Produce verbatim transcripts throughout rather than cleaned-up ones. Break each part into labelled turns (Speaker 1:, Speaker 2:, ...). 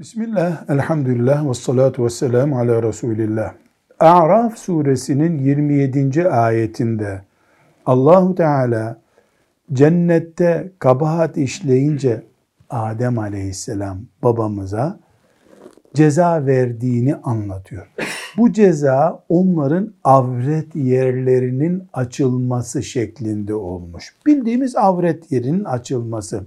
Speaker 1: Bismillah, elhamdülillah, ve salatu ve selamu ala Resulillah. A'raf suresinin yirmi yedinci ayetinde Allahu Teala cennette kabahat işleyince Adem aleyhisselam babamıza ceza verdiğini anlatıyor. Bu ceza onların avret yerlerinin açılması şeklinde olmuş. Bildiğimiz avret yerinin açılması.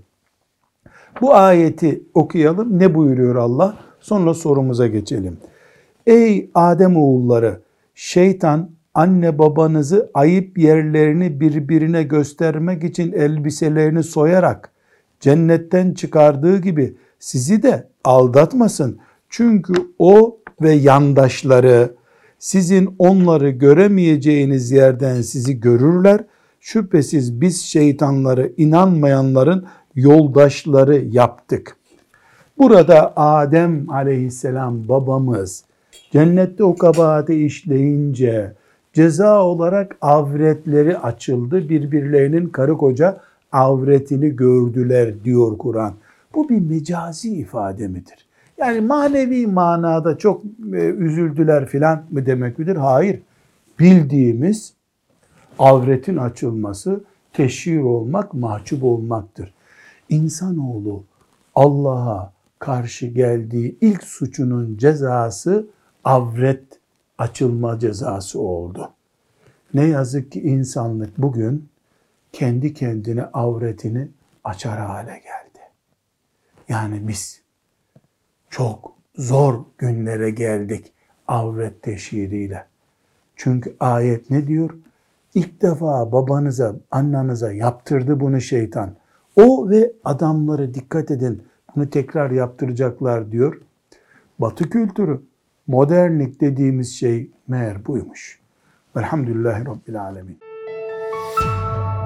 Speaker 1: Bu ayeti okuyalım. Ne buyuruyor Allah? Sonra sorumuza geçelim. Ey Adem oğulları, şeytan anne babanızı ayıp yerlerini birbirine göstermek için elbiselerini soyarak cennetten çıkardığı gibi sizi de aldatmasın. Çünkü o ve yandaşları sizin onları göremeyeceğiniz yerden sizi görürler. Şüphesiz biz şeytanları inanmayanların yoldaşları yaptık. Burada Adem aleyhisselam babamız cennette o kabahati işleyince ceza olarak avretleri açıldı. Birbirlerinin karı koca avretini gördüler diyor Kur'an. Bu bir mecazi ifade midir? Yani manevi manada çok e, üzüldüler filan mı demek midir? Hayır. Bildiğimiz avretin açılması teşhir olmak, mahcup olmaktır. İnsanoğlu Allah'a karşı geldiği ilk suçunun cezası avret açılma cezası oldu. Ne yazık ki insanlık bugün kendi kendine avretini açar hale geldi. Yani biz çok zor günlere geldik avret teşhiriyle. Çünkü ayet ne diyor? İlk defa babanıza, annenize yaptırdı bunu şeytan. O ve adamları dikkat edin bunu tekrar yaptıracaklar diyor. Batı kültürü, modernlik dediğimiz şey meğer buymuş. Velhamdülillahi Rabbil Alemin.